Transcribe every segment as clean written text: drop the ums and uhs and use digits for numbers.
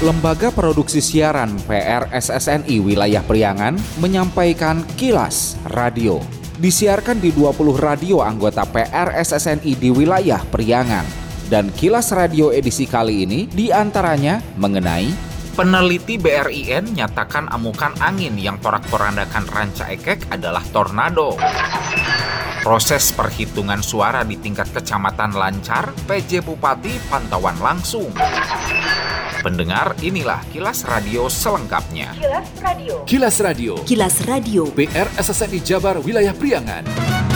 Lembaga Produksi Siaran PRSSNI Wilayah Priangan menyampaikan Kilas Radio. Disiarkan di 20 radio anggota PRSSNI di wilayah Priangan. Dan Kilas Radio edisi kali ini diantaranya mengenai peneliti BRIN nyatakan amukan angin yang porak-porandakan Ranca Ekek adalah tornado. Proses perhitungan suara di tingkat kecamatan lancar, PJ Bupati pantauan langsung. Pendengar, inilah Kilas Radio selengkapnya. Kilas Radio. Kilas Radio. Kilas Radio. PRSSNI Jabar Wilayah Priangan.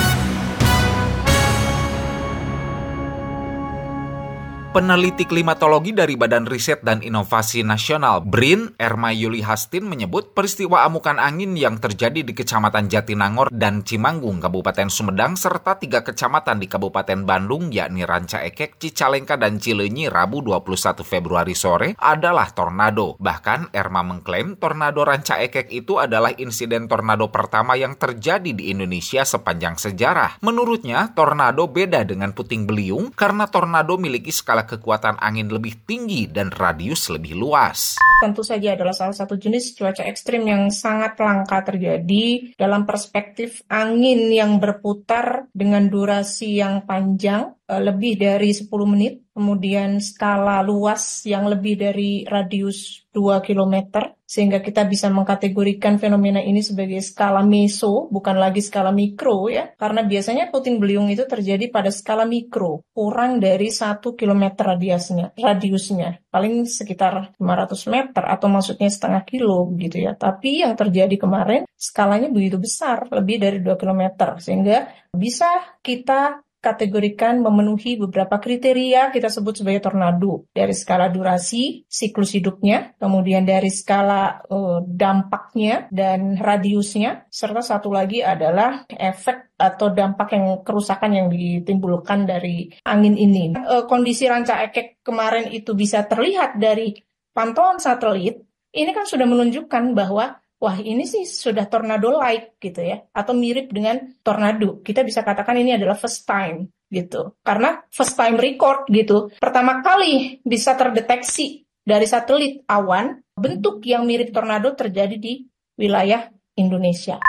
Peneliti klimatologi dari Badan Riset dan Inovasi Nasional BRIN, Erma Yuli Hastin menyebut peristiwa amukan angin yang terjadi di Kecamatan Jatinangor dan Cimanggung, Kabupaten Sumedang, serta 3 kecamatan di Kabupaten Bandung, yakni Ranca Ekek, Cicalengka, dan Cileunyi, Rabu 21 Februari sore, adalah tornado. Bahkan, Erma mengklaim tornado Ranca Ekek itu adalah insiden tornado pertama yang terjadi di Indonesia sepanjang sejarah. Menurutnya, tornado beda dengan puting beliung karena tornado miliki skala kekuatan angin lebih tinggi dan radius lebih luas. Tentu saja adalah salah satu jenis cuaca ekstrim yang sangat langka terjadi dalam perspektif angin yang berputar dengan durasi yang panjang, lebih dari 10 menit, kemudian skala luas yang lebih dari radius 2 km, sehingga kita bisa mengkategorikan fenomena ini sebagai skala meso, bukan lagi skala mikro ya, karena biasanya puting beliung itu terjadi pada skala mikro, kurang dari 1 km radiusnya, paling sekitar 500 meter atau maksudnya setengah kilo begitu ya, tapi yang terjadi kemarin skalanya begitu besar, lebih dari 2 km, sehingga bisa kita kategorikan memenuhi beberapa kriteria kita sebut sebagai tornado. Dari skala durasi, siklus hidupnya, kemudian dari skala dampaknya dan radiusnya, serta satu lagi adalah efek atau dampak yang kerusakan yang ditimbulkan dari angin ini. Kondisi Ranca Ekek kemarin itu bisa terlihat dari pantauan satelit, ini kan sudah menunjukkan bahwa wah ini sih sudah tornado-like gitu ya, atau mirip dengan tornado. Kita bisa katakan ini adalah first time gitu, karena first time record gitu. Pertama kali bisa terdeteksi dari satelit awan, bentuk yang mirip tornado terjadi di wilayah Indonesia.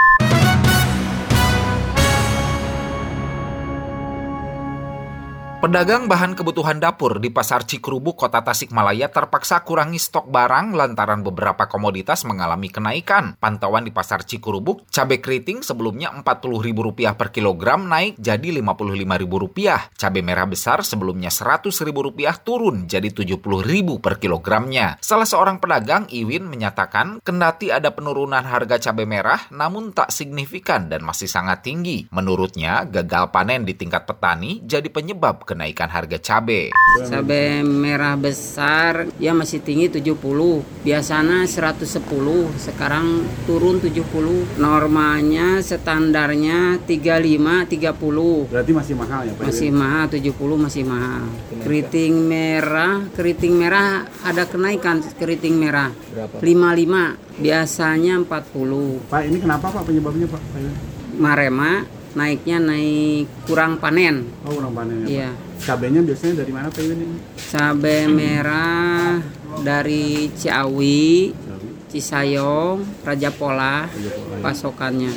Pedagang bahan kebutuhan dapur di Pasar Cikurubuk, Kota Tasikmalaya terpaksa kurangi stok barang lantaran beberapa komoditas mengalami kenaikan. Pantauan di Pasar Cikurubuk, cabai keriting sebelumnya Rp40.000 per kilogram naik jadi Rp55.000. Cabai merah besar sebelumnya Rp100.000 turun jadi Rp70.000 per kilogramnya. Salah seorang pedagang, Iwin, menyatakan kendati ada penurunan harga cabai merah namun tak signifikan dan masih sangat tinggi. Menurutnya, gagal panen di tingkat petani jadi penyebab kenaikan harga cabai. Cabai merah besar ya masih tinggi 70, biasanya 110, sekarang turun 70. Normanya standarnya 35, 30. Berarti masih mahal ya Pak? Masih mahal, 70 masih mahal. Keriting merah ada kenaikan keriting merah. Berapa? 55, biasanya 40. Pak, ini kenapa Pak penyebabnya Pak? Marema naik kurang panen. Oh, kurang panen ya, Iya. Pak. Cabainya biasanya dari mana Pak ini? Cabai merah dari Ciawi, Cisayong, Raja Pola, pasokannya.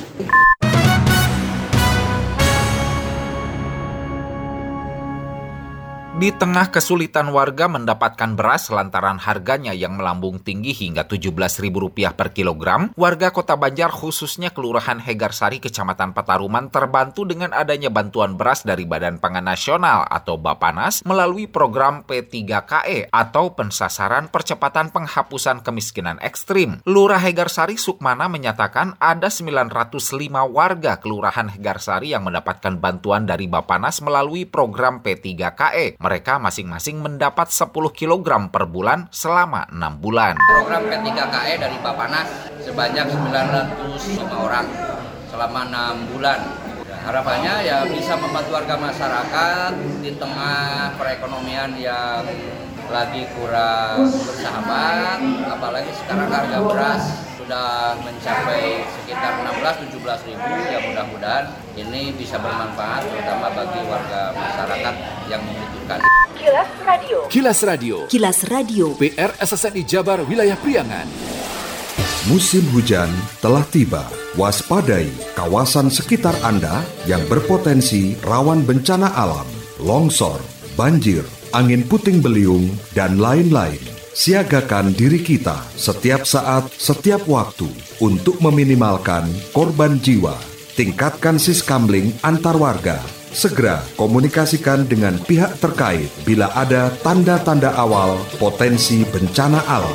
Di tengah kesulitan warga mendapatkan beras lantaran harganya yang melambung tinggi hingga Rp17.000 per kilogram, warga Kota Banjar khususnya Kelurahan Hegarsari, Kecamatan Pataruman terbantu dengan adanya bantuan beras dari Badan Pangan Nasional atau Bapanas melalui program P3KE atau Pensasaran Percepatan Penghapusan Kemiskinan Ekstrim. Lurah Hegarsari Sukmana menyatakan ada 905 warga Kelurahan Hegarsari yang mendapatkan bantuan dari Bapanas melalui program P3KE. Mereka masing-masing mendapat 10 kg per bulan selama 6 bulan. Program P3KE dari Bapanas sebanyak 905 orang selama 6 bulan. Harapannya ya bisa membantu warga masyarakat di tengah perekonomian yang lagi kurang bersahabat, apalagi sekarang harga beras sudah mencapai sekitar 16-17 ribu. Ya mudah-mudahan ini bisa bermanfaat terutama bagi warga masyarakat yang membutuhkan. Kilas Radio. Kilas Radio. Kilas Radio. PR SSNI Jabar Wilayah Priangan. Musim hujan telah tiba. Waspadai kawasan sekitar Anda yang berpotensi rawan bencana alam, longsor, banjir, angin puting beliung, dan lain-lain. Siagakan diri kita setiap saat, setiap waktu untuk meminimalkan korban jiwa. Tingkatkan siskamling antar warga. Segera komunikasikan dengan pihak terkait bila ada tanda-tanda awal potensi bencana alam.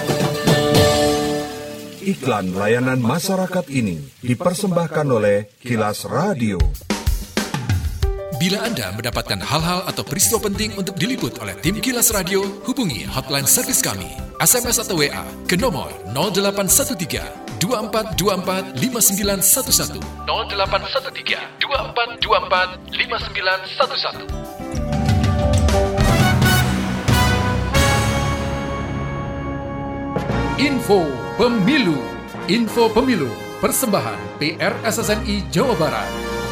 Iklan layanan masyarakat ini dipersembahkan oleh Kilas Radio. Bila Anda mendapatkan hal-hal atau peristiwa penting untuk diliput oleh tim Kilas Radio, hubungi hotline servis kami, SMS atau WA ke nomor 0813 2424 5911 0813 2424 5911. Info Pemilu, persembahan PR SSNI Jawa Barat.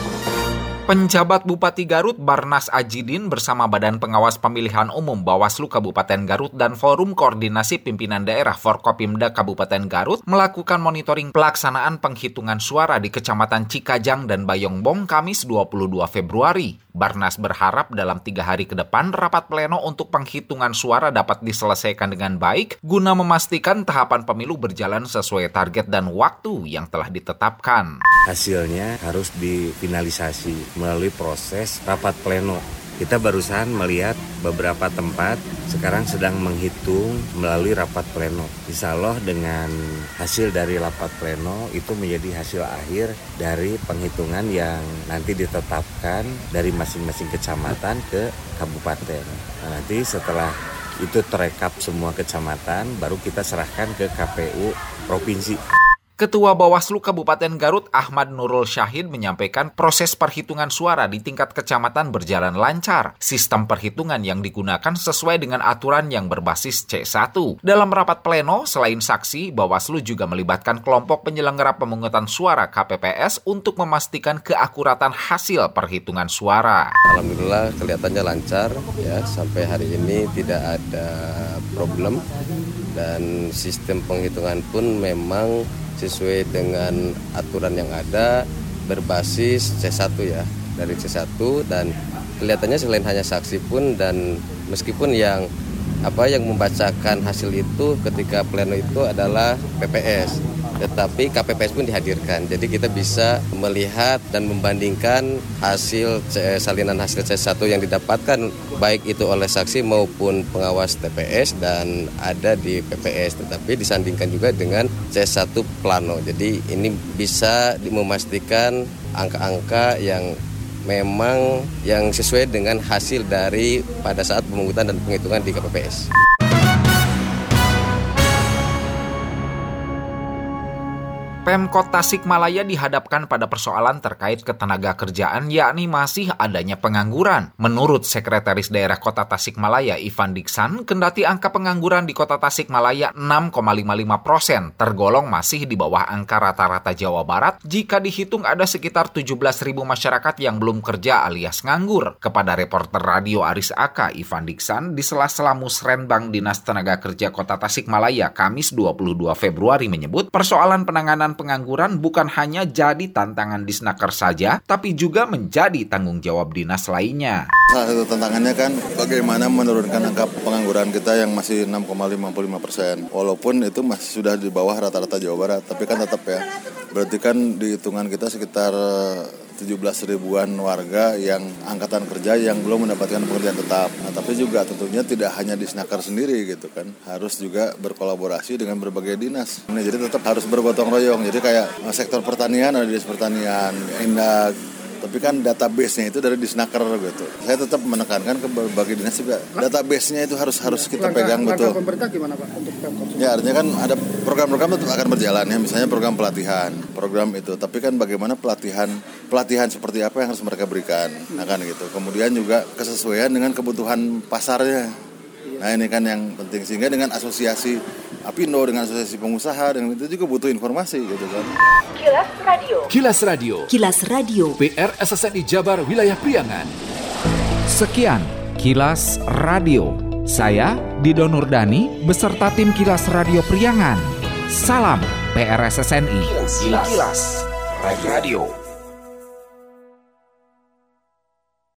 Penjabat Bupati Garut Barnas Ajidin bersama Badan Pengawas Pemilihan Umum Bawaslu Kabupaten Garut dan Forum Koordinasi Pimpinan Daerah Forkopimda Kabupaten Garut melakukan monitoring pelaksanaan penghitungan suara di Kecamatan Cikajang dan Bayongbong Kamis 22 Februari. Barnas berharap dalam 3 hari ke depan rapat pleno untuk penghitungan suara dapat diselesaikan dengan baik guna memastikan tahapan pemilu berjalan sesuai target dan waktu yang telah ditetapkan. Hasilnya harus difinalisasi melalui proses rapat pleno. Kita barusan melihat beberapa tempat sekarang sedang menghitung melalui rapat pleno. Insya Allah dengan hasil dari rapat pleno itu menjadi hasil akhir dari penghitungan yang nanti ditetapkan dari masing-masing kecamatan ke kabupaten. Nah, nanti setelah itu terekap semua kecamatan, baru kita serahkan ke KPU Provinsi. Ketua Bawaslu Kabupaten Garut Ahmad Nurul Syahid menyampaikan proses perhitungan suara di tingkat kecamatan berjalan lancar. Sistem perhitungan yang digunakan sesuai dengan aturan yang berbasis C1. Dalam rapat pleno, selain saksi, Bawaslu juga melibatkan kelompok penyelenggara pemungutan suara KPPS untuk memastikan keakuratan hasil perhitungan suara. Alhamdulillah kelihatannya lancar ya, sampai hari ini tidak ada problem dan sistem penghitungan pun memang sesuai dengan aturan yang ada berbasis C1 ya, dari C1 dan kelihatannya selain hanya saksi pun dan meskipun yang membacakan hasil itu ketika pleno itu adalah PPS, tetapi KPPS pun dihadirkan. Jadi kita bisa melihat dan membandingkan hasil salinan hasil C1 yang didapatkan baik itu oleh saksi maupun pengawas TPS dan ada di PPS, tetapi disandingkan juga dengan C1 plano. Jadi ini bisa memastikan angka-angka yang memang yang sesuai dengan hasil dari pada saat pemungutan dan penghitungan di KPPS. Pemkot Tasikmalaya dihadapkan pada persoalan terkait ketenaga kerjaan, yakni masih adanya pengangguran. Menurut Sekretaris Daerah Kota Tasikmalaya Ivan Diksan, kendati angka pengangguran di Kota Tasikmalaya 6,55%, tergolong masih di bawah angka rata-rata Jawa Barat. Jika dihitung ada sekitar 17.000 masyarakat yang belum kerja alias nganggur. Kepada reporter radio Aris Aka, Ivan Diksan di sela-sela Musrenbang Dinas Tenaga Kerja Kota Tasikmalaya Kamis 22 Februari menyebut persoalan penanganan pengangguran bukan hanya jadi tantangan Disnaker saja, tapi juga menjadi tanggung jawab dinas lainnya. Salah satu tantangannya kan bagaimana menurunkan angka pengangguran kita yang masih 6,55%. Walaupun itu masih sudah di bawah rata-rata Jawa Barat, tapi kan tetap ya. Berarti kan di hitungan kita sekitar 17 ribuan warga yang angkatan kerja yang belum mendapatkan pekerjaan tetap. Nah, tapi juga tentunya tidak hanya Disnaker sendiri gitu kan. Harus juga berkolaborasi dengan berbagai dinas. Nah, jadi tetap harus bergotong royong. Jadi kayak sektor pertanian ada dinas pertanian, Indag. Tapi kan database-nya itu dari Disnaker gitu. Saya tetap menekankan ke berbagai dinas juga. Database-nya itu harus kita pegang betul. Langkah pemerintah gimana Pak untuk Pemkot? Ya artinya kan ada program-program tetap akan berjalan ya. Misalnya program pelatihan, program itu. Tapi kan bagaimana pelatihan seperti apa yang harus mereka berikan. Nah kan gitu. Kemudian juga kesesuaian dengan kebutuhan pasarnya. Nah ini kan yang penting. Sehingga dengan asosiasi Apindo, dengan asosiasi pengusaha, dan itu juga butuh informasi gitu kan. Kilas Radio. Kilas Radio. Kilas Radio. PR SSNI Jabar Wilayah Priangan. Sekian Kilas Radio. Saya Dido Nurdani beserta tim Kilas Radio Priangan. Salam PRSSNI. Kilas Radio.